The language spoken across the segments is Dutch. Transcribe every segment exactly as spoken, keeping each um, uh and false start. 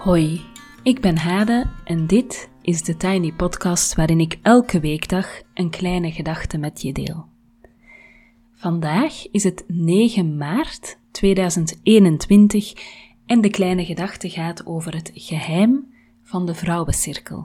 Hoi, ik ben Hade en dit is de Tiny Podcast waarin ik elke weekdag een kleine gedachte met je deel. Vandaag is het negen maart tweeduizend eenentwintig en de kleine gedachte gaat over het geheim van de vrouwencirkel.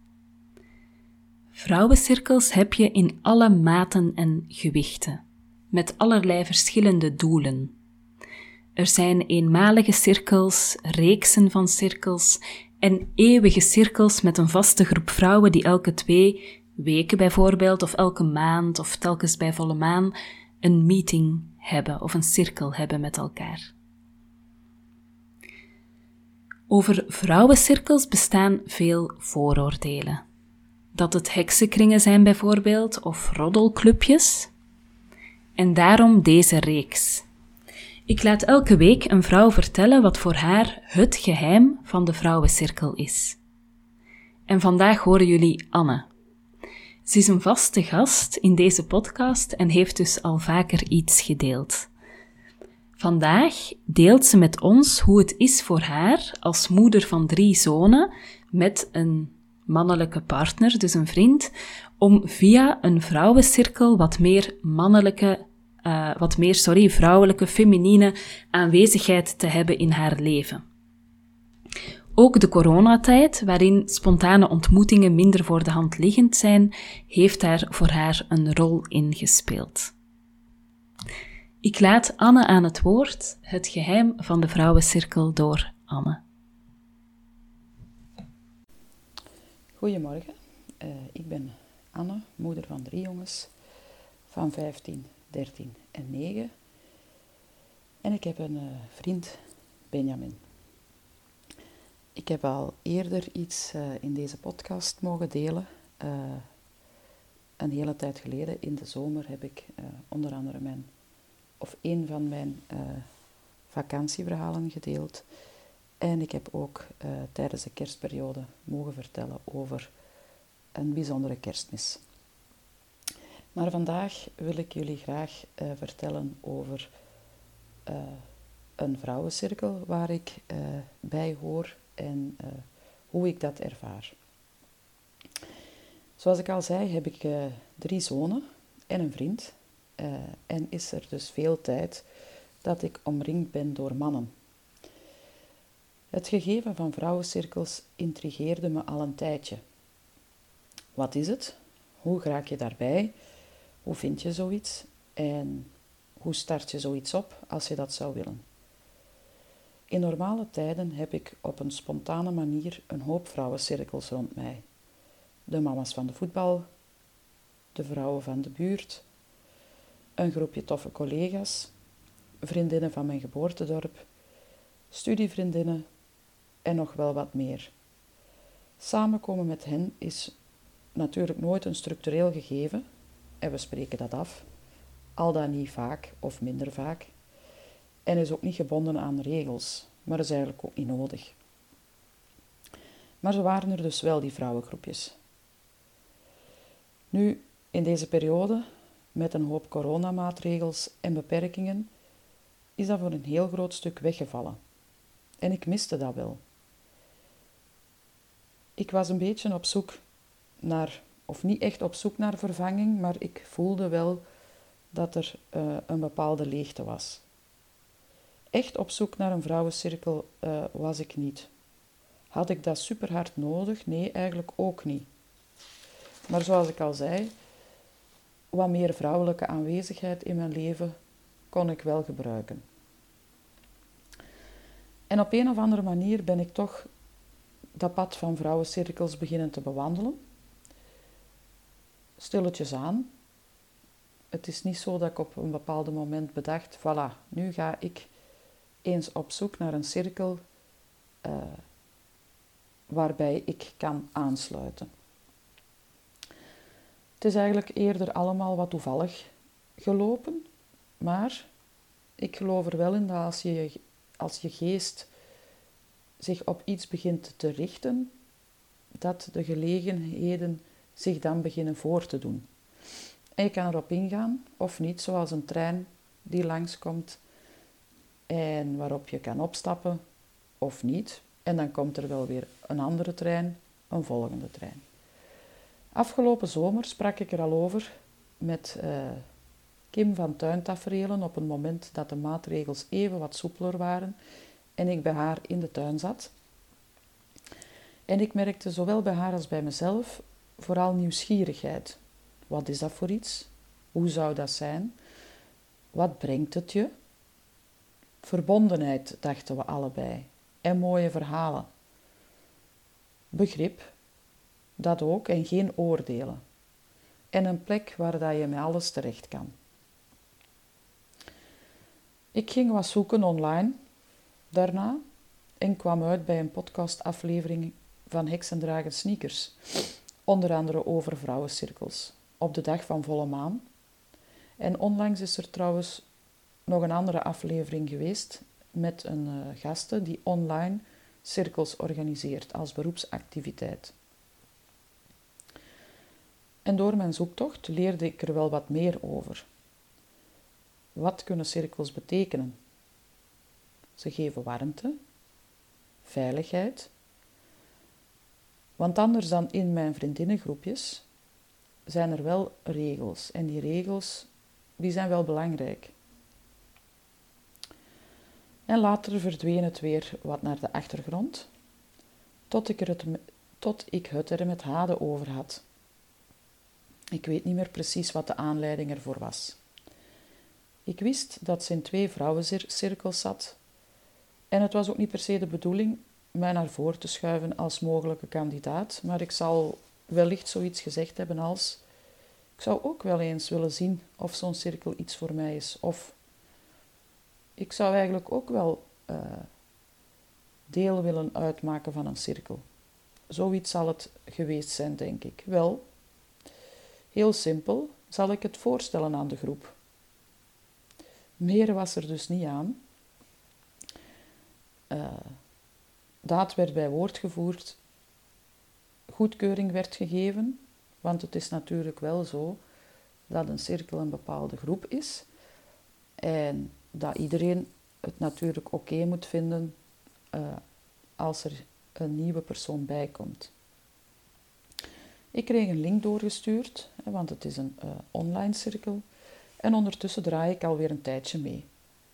Vrouwencirkels heb je in alle maten en gewichten, met allerlei verschillende doelen. Er zijn eenmalige cirkels, reeksen van cirkels en eeuwige cirkels met een vaste groep vrouwen die elke twee weken bijvoorbeeld, of elke maand of telkens bij volle maan, een meeting hebben of een cirkel hebben met elkaar. Over vrouwencirkels bestaan veel vooroordelen. Dat het heksenkringen zijn bijvoorbeeld, of roddelclubjes. En daarom deze reeks. Ik laat elke week een vrouw vertellen wat voor haar het geheim van de vrouwencirkel is. En vandaag horen jullie Anne. Ze is een vaste gast in deze podcast en heeft dus al vaker iets gedeeld. Vandaag deelt ze met ons hoe het is voor haar als moeder van drie zonen met een mannelijke partner, dus een vriend, om via een vrouwencirkel wat meer mannelijke Uh, wat meer, sorry, vrouwelijke, feminine aanwezigheid te hebben in haar leven. Ook de coronatijd, waarin spontane ontmoetingen minder voor de hand liggend zijn, heeft daar voor haar een rol in gespeeld. Ik laat Anne aan het woord, het geheim van de vrouwencirkel door Anne. Goedemorgen, uh, ik ben Anne, moeder van drie jongens van vijftien, dertien en negen. En ik heb een uh, vriend, Benjamin. Ik heb al eerder iets uh, in deze podcast mogen delen. Uh, een hele tijd geleden, in de zomer, heb ik uh, onder andere mijn, of een van mijn uh, vakantieverhalen gedeeld. En ik heb ook uh, tijdens de kerstperiode mogen vertellen over een bijzondere kerstmis. Maar vandaag wil ik jullie graag uh, vertellen over uh, een vrouwencirkel waar ik uh, bij hoor en uh, hoe ik dat ervaar. Zoals ik al zei, heb ik uh, drie zonen en een vriend. Uh, en is er dus veel tijd dat ik omringd ben door mannen. Het gegeven van vrouwencirkels intrigeerde me al een tijdje. Wat is het? Hoe raak je daarbij? Hoe vind je zoiets? En hoe start je zoiets op als je dat zou willen? In normale tijden heb ik op een spontane manier een hoop vrouwencirkels rond mij. De mama's van de voetbal, de vrouwen van de buurt, een groepje toffe collega's, vriendinnen van mijn geboortedorp, studievriendinnen en nog wel wat meer. Samenkomen met hen is natuurlijk nooit een structureel gegeven. En we spreken dat af, al dan niet vaak of minder vaak. En is ook niet gebonden aan regels, maar is eigenlijk ook niet nodig. Maar zo waren er dus wel die vrouwengroepjes. Nu, in deze periode, met een hoop coronamaatregels en beperkingen, is dat voor een heel groot stuk weggevallen. En ik miste dat wel. Ik was een beetje op zoek naar... Of niet echt op zoek naar vervanging, maar ik voelde wel dat er uh, een bepaalde leegte was. Echt op zoek naar een vrouwencirkel uh, was ik niet. Had ik dat super hard nodig? Nee, eigenlijk ook niet. Maar zoals ik al zei, wat meer vrouwelijke aanwezigheid in mijn leven kon ik wel gebruiken. En op een of andere manier ben ik toch dat pad van vrouwencirkels beginnen te bewandelen. Stilletjes aan. Het is niet zo dat ik op een bepaald moment bedacht, voilà, nu ga ik eens op zoek naar een cirkel uh, waarbij ik kan aansluiten. Het is eigenlijk eerder allemaal wat toevallig gelopen, maar ik geloof er wel in dat als je, als je geest zich op iets begint te richten, dat de gelegenheden zich dan beginnen voor te doen. En je kan erop ingaan, of niet, zoals een trein die langskomt en waarop je kan opstappen, of niet. En dan komt er wel weer een andere trein, een volgende trein. Afgelopen zomer sprak ik er al over met uh, Kim van Tuintaferelen op een moment dat de maatregels even wat soepeler waren en ik bij haar in de tuin zat. En ik merkte zowel bij haar als bij mezelf vooral nieuwsgierigheid. Wat is dat voor iets? Hoe zou dat zijn? Wat brengt het je? Verbondenheid, dachten we allebei. En mooie verhalen. Begrip, dat ook, en geen oordelen. En een plek waar dat je met alles terecht kan. Ik ging wat zoeken online daarna en kwam uit bij een podcastaflevering van Heks en Dragen Sneakers. Onder andere over vrouwencirkels. Op de dag van volle maan. En onlangs is er trouwens nog een andere aflevering geweest met een uh, gasten die online cirkels organiseert als beroepsactiviteit. En door mijn zoektocht leerde ik er wel wat meer over. Wat kunnen cirkels betekenen? Ze geven warmte, veiligheid. Want anders dan in mijn vriendinnengroepjes zijn er wel regels. En die regels die zijn wel belangrijk. En later verdween het weer wat naar de achtergrond, tot ik, er het, tot ik het er met Hade over had. Ik weet niet meer precies wat de aanleiding ervoor was. Ik wist dat ze in twee vrouwencirkels zat en het was ook niet per se de bedoeling mij naar voren te schuiven als mogelijke kandidaat, maar ik zal wellicht zoiets gezegd hebben als: ik zou ook wel eens willen zien of zo'n cirkel iets voor mij is, of ik zou eigenlijk ook wel uh, deel willen uitmaken van een cirkel. Zoiets zal het geweest zijn, denk ik. Wel, heel simpel, zal ik het voorstellen aan de groep. Meer was er dus niet aan. Uh, daad werd bij woord gevoerd, goedkeuring werd gegeven, want het is natuurlijk wel zo dat een cirkel een bepaalde groep is en dat iedereen het natuurlijk oké moet vinden uh, als er een nieuwe persoon bij komt. Ik kreeg een link doorgestuurd, hè, want het is een uh, online cirkel. En ondertussen draai ik alweer een tijdje mee.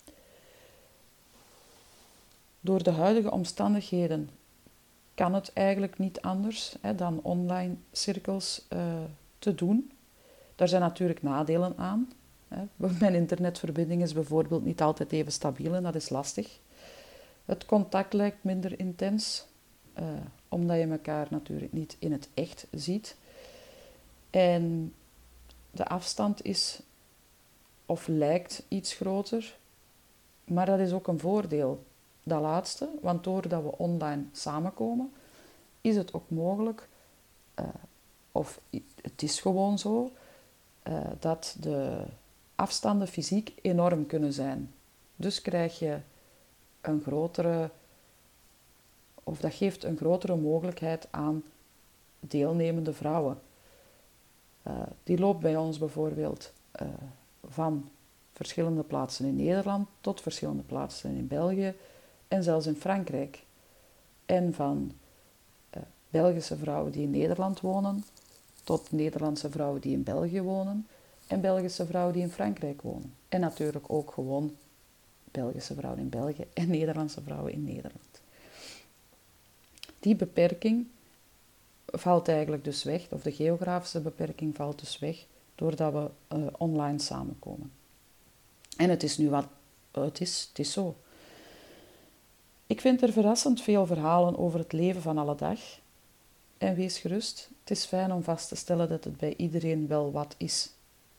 Door de huidige omstandigheden kan het eigenlijk niet anders hè, dan online cirkels uh, te doen. Daar zijn natuurlijk nadelen aan. Hè. Mijn internetverbinding is bijvoorbeeld niet altijd even stabiel en dat is lastig. Het contact lijkt minder intens, uh, omdat je elkaar natuurlijk niet in het echt ziet. En de afstand is of lijkt iets groter, maar dat is ook een voordeel, dat laatste, want doordat we online samenkomen, is het ook mogelijk, uh, of het is gewoon zo, uh, dat de afstanden fysiek enorm kunnen zijn. Dus krijg je een grotere, of dat geeft een grotere mogelijkheid aan deelnemende vrouwen. Uh, die loopt bij ons bijvoorbeeld uh, van verschillende plaatsen in Nederland tot verschillende plaatsen in België en zelfs in Frankrijk. En van uh, Belgische vrouwen die in Nederland wonen tot Nederlandse vrouwen die in België wonen en Belgische vrouwen die in Frankrijk wonen. En natuurlijk ook gewoon Belgische vrouwen in België en Nederlandse vrouwen in Nederland. Die beperking valt eigenlijk dus weg, of de geografische beperking valt dus weg, doordat we uh, online samenkomen. En het is nu wat het is, het is zo. Ik vind er verrassend veel verhalen over het leven van alle dag. En wees gerust, het is fijn om vast te stellen dat het bij iedereen wel wat is.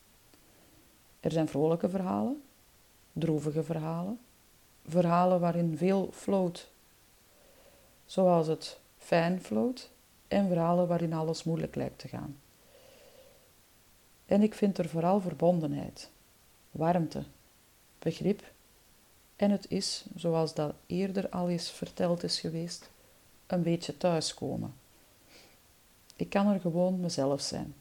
Er zijn vrolijke verhalen, droevige verhalen, verhalen waarin veel floot, zoals het fijn floot, en verhalen waarin alles moeilijk lijkt te gaan. En ik vind er vooral verbondenheid, warmte, begrip en het is, zoals dat eerder al eens verteld is geweest, een beetje thuiskomen. Ik kan er gewoon mezelf zijn.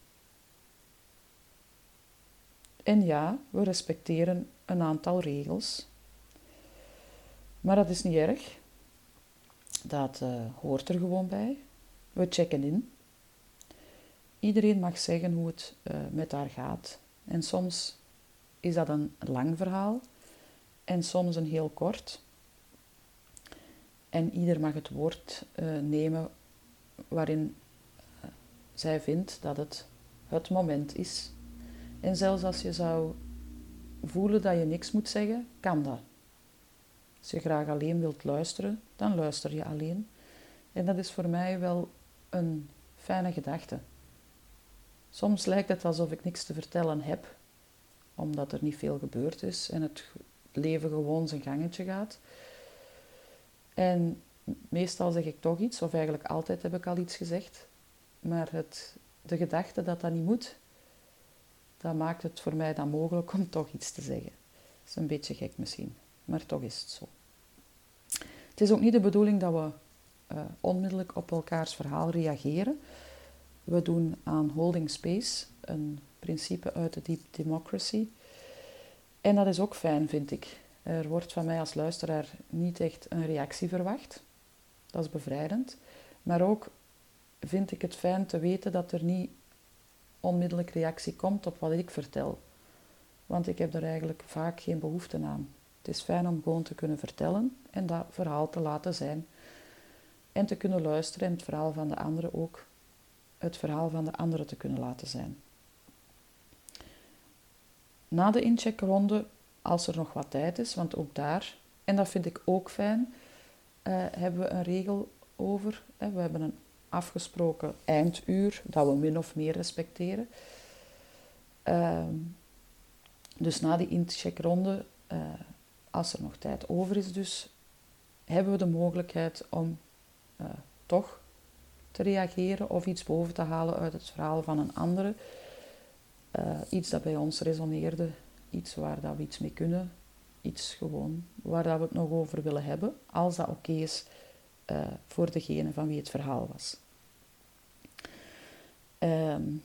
En ja, we respecteren een aantal regels, maar dat is niet erg. Dat uh, hoort er gewoon bij. We checken in. Iedereen mag zeggen hoe het uh, met haar gaat. En soms is dat een lang verhaal en soms een heel kort. En ieder mag het woord uh, nemen waarin uh, zij vindt dat het het moment is. En zelfs als je zou voelen dat je niks moet zeggen, kan dat. Als je graag alleen wilt luisteren, dan luister je alleen. En dat is voor mij wel een fijne gedachte. Soms lijkt het alsof ik niks te vertellen heb, omdat er niet veel gebeurd is en het leven gewoon zijn gangetje gaat. En meestal zeg ik toch iets, of eigenlijk altijd heb ik al iets gezegd. Maar het, de gedachte dat dat niet moet, dat maakt het voor mij dan mogelijk om toch iets te zeggen. Dat is een beetje gek misschien, maar toch is het zo. Het is ook niet de bedoeling dat we uh, onmiddellijk op elkaars verhaal reageren. We doen aan holding space, een principe uit de Deep Democracy. En dat is ook fijn, vind ik. Er wordt van mij als luisteraar niet echt een reactie verwacht. Dat is bevrijdend. Maar ook vind ik het fijn te weten dat er niet onmiddellijk reactie komt op wat ik vertel. Want ik heb er eigenlijk vaak geen behoefte aan. Het is fijn om gewoon te kunnen vertellen en dat verhaal te laten zijn. En te kunnen luisteren en het verhaal van de anderen ook het verhaal van de anderen te kunnen laten zijn. Na de incheckronde, als er nog wat tijd is, want ook daar, en dat vind ik ook fijn, uh, hebben we een regel over. Hè, we hebben een afgesproken einduur dat we min of meer respecteren. Uh, dus na die incheckronde, uh, als er nog tijd over is dus, hebben we de mogelijkheid om uh, toch te reageren of iets boven te halen uit het verhaal van een andere. Uh, iets dat bij ons resoneerde, iets waar dat we iets mee kunnen, iets gewoon waar dat we het nog over willen hebben, als dat oké is uh, voor degene van wie het verhaal was. Um,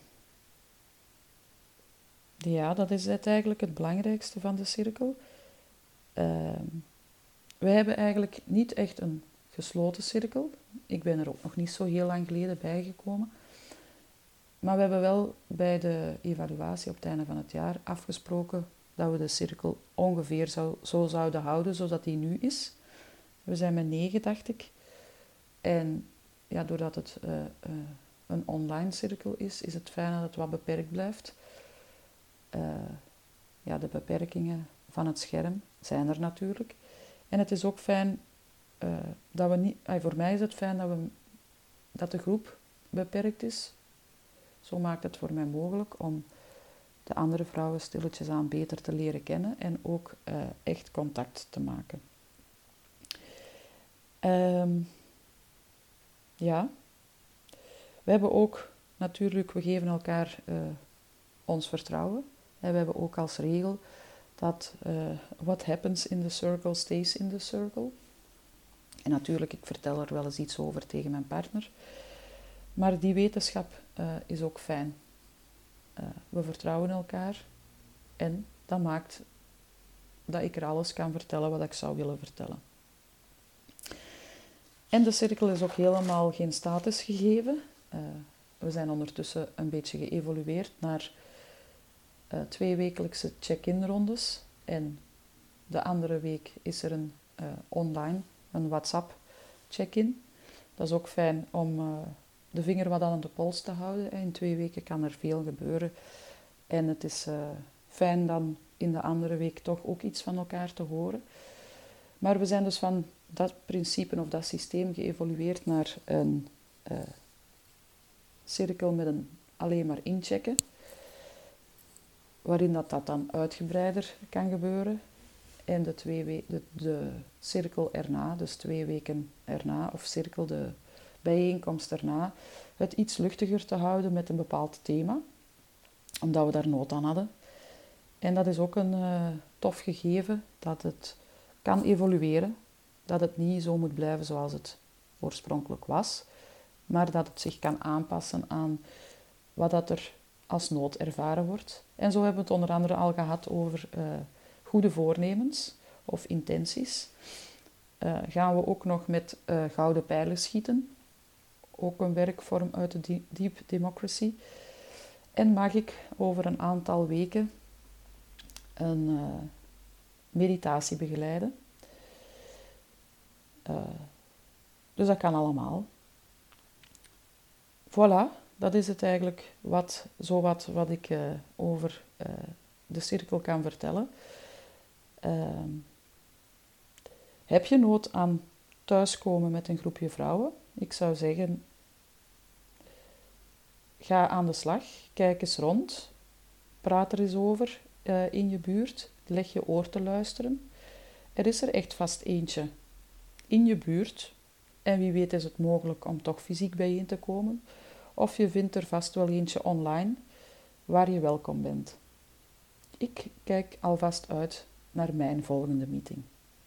ja, dat is het eigenlijk het belangrijkste van de cirkel. Um, wij hebben eigenlijk niet echt een gesloten cirkel. Ik ben er ook nog niet zo heel lang geleden bijgekomen. Maar we hebben wel bij de evaluatie op het einde van het jaar afgesproken dat we de cirkel ongeveer zo, zo zouden houden zoals die nu is. We zijn met negen, dacht ik. En ja, doordat het uh, uh, een online cirkel is, is het fijn dat het wat beperkt blijft. Uh, ja, de beperkingen van het scherm zijn er natuurlijk. En het is ook fijn uh, dat we niet... Uh, voor mij is het fijn dat, we, dat de groep beperkt is. Zo maakt het voor mij mogelijk om de andere vrouwen stilletjes aan beter te leren kennen en ook uh, echt contact te maken. Um, ja, we hebben ook natuurlijk, we geven elkaar uh, ons vertrouwen. En we hebben ook als regel dat uh, what happens in the circle stays in the circle. En natuurlijk, ik vertel er wel eens iets over tegen mijn partner. Maar die wetenschap uh, is ook fijn. Uh, we vertrouwen elkaar en dat maakt dat ik er alles kan vertellen wat ik zou willen vertellen. En de cirkel is ook helemaal geen status gegeven. Uh, we zijn ondertussen een beetje geëvolueerd naar uh, twee wekelijkse check-in rondes. En de andere week is er een uh, online, een WhatsApp check-in. Dat is ook fijn om uh, de vinger wat aan de pols te houden. In twee weken kan er veel gebeuren. En het is uh, fijn dan in de andere week toch ook iets van elkaar te horen. Maar we zijn dus van dat principe of dat systeem geëvolueerd naar een uh, cirkel met een alleen maar inchecken. Waarin dat, dat dan uitgebreider kan gebeuren. En de, twee we- de, de cirkel erna, dus twee weken erna, of cirkel de bijeenkomst erna, het iets luchtiger te houden met een bepaald thema. Omdat we daar nood aan hadden. En dat is ook een uh, tof gegeven, dat het kan evolueren. Dat het niet zo moet blijven zoals het oorspronkelijk was. Maar dat het zich kan aanpassen aan wat dat er als nood ervaren wordt. En zo hebben we het onder andere al gehad over uh, goede voornemens of intenties. uh, gaan we ook nog met uh, gouden pijlen schieten. Ook een werkvorm uit de Deep Democracy. En mag ik over een aantal weken een uh, meditatie begeleiden. Uh, dus dat kan allemaal. Voilà, dat is het eigenlijk wat, zowat wat ik uh, over uh, de cirkel kan vertellen. Uh, heb je nood aan thuiskomen met een groepje vrouwen? Ik zou zeggen, ga aan de slag, kijk eens rond, praat er eens over uh, in je buurt, leg je oor te luisteren. Er is er echt vast eentje in je buurt en wie weet is het mogelijk om toch fysiek bijeen te komen. Of je vindt er vast wel eentje online waar je welkom bent. Ik kijk alvast uit naar mijn volgende meeting.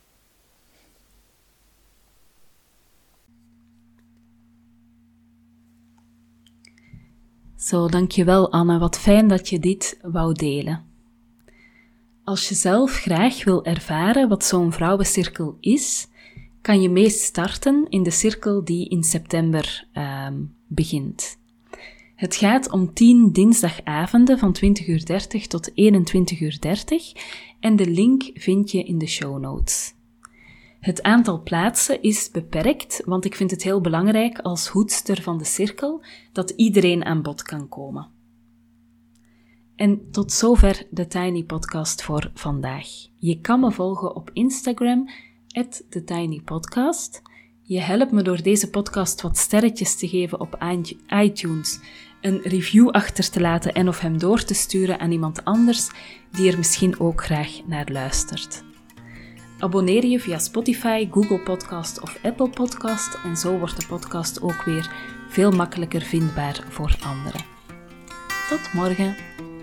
Zo, dankjewel Anne. Wat fijn dat je dit wou delen. Als je zelf graag wil ervaren wat zo'n vrouwencirkel is, kan je mee starten in de cirkel die in september uh, begint. Het gaat om tien dinsdagavonden van twintig uur dertig tot eenentwintig uur dertig en de link vind je in de show notes. Het aantal plaatsen is beperkt, want ik vind het heel belangrijk als hoedster van de cirkel dat iedereen aan bod kan komen. En tot zover de Tiny Podcast voor vandaag. Je kan me volgen op Instagram, at the tiny podcast. Je helpt me door deze podcast wat sterretjes te geven op iTunes, een review achter te laten en of hem door te sturen aan iemand anders die er misschien ook graag naar luistert. Abonneer je via Spotify, Google Podcast of Apple Podcast en zo wordt de podcast ook weer veel makkelijker vindbaar voor anderen. Tot morgen!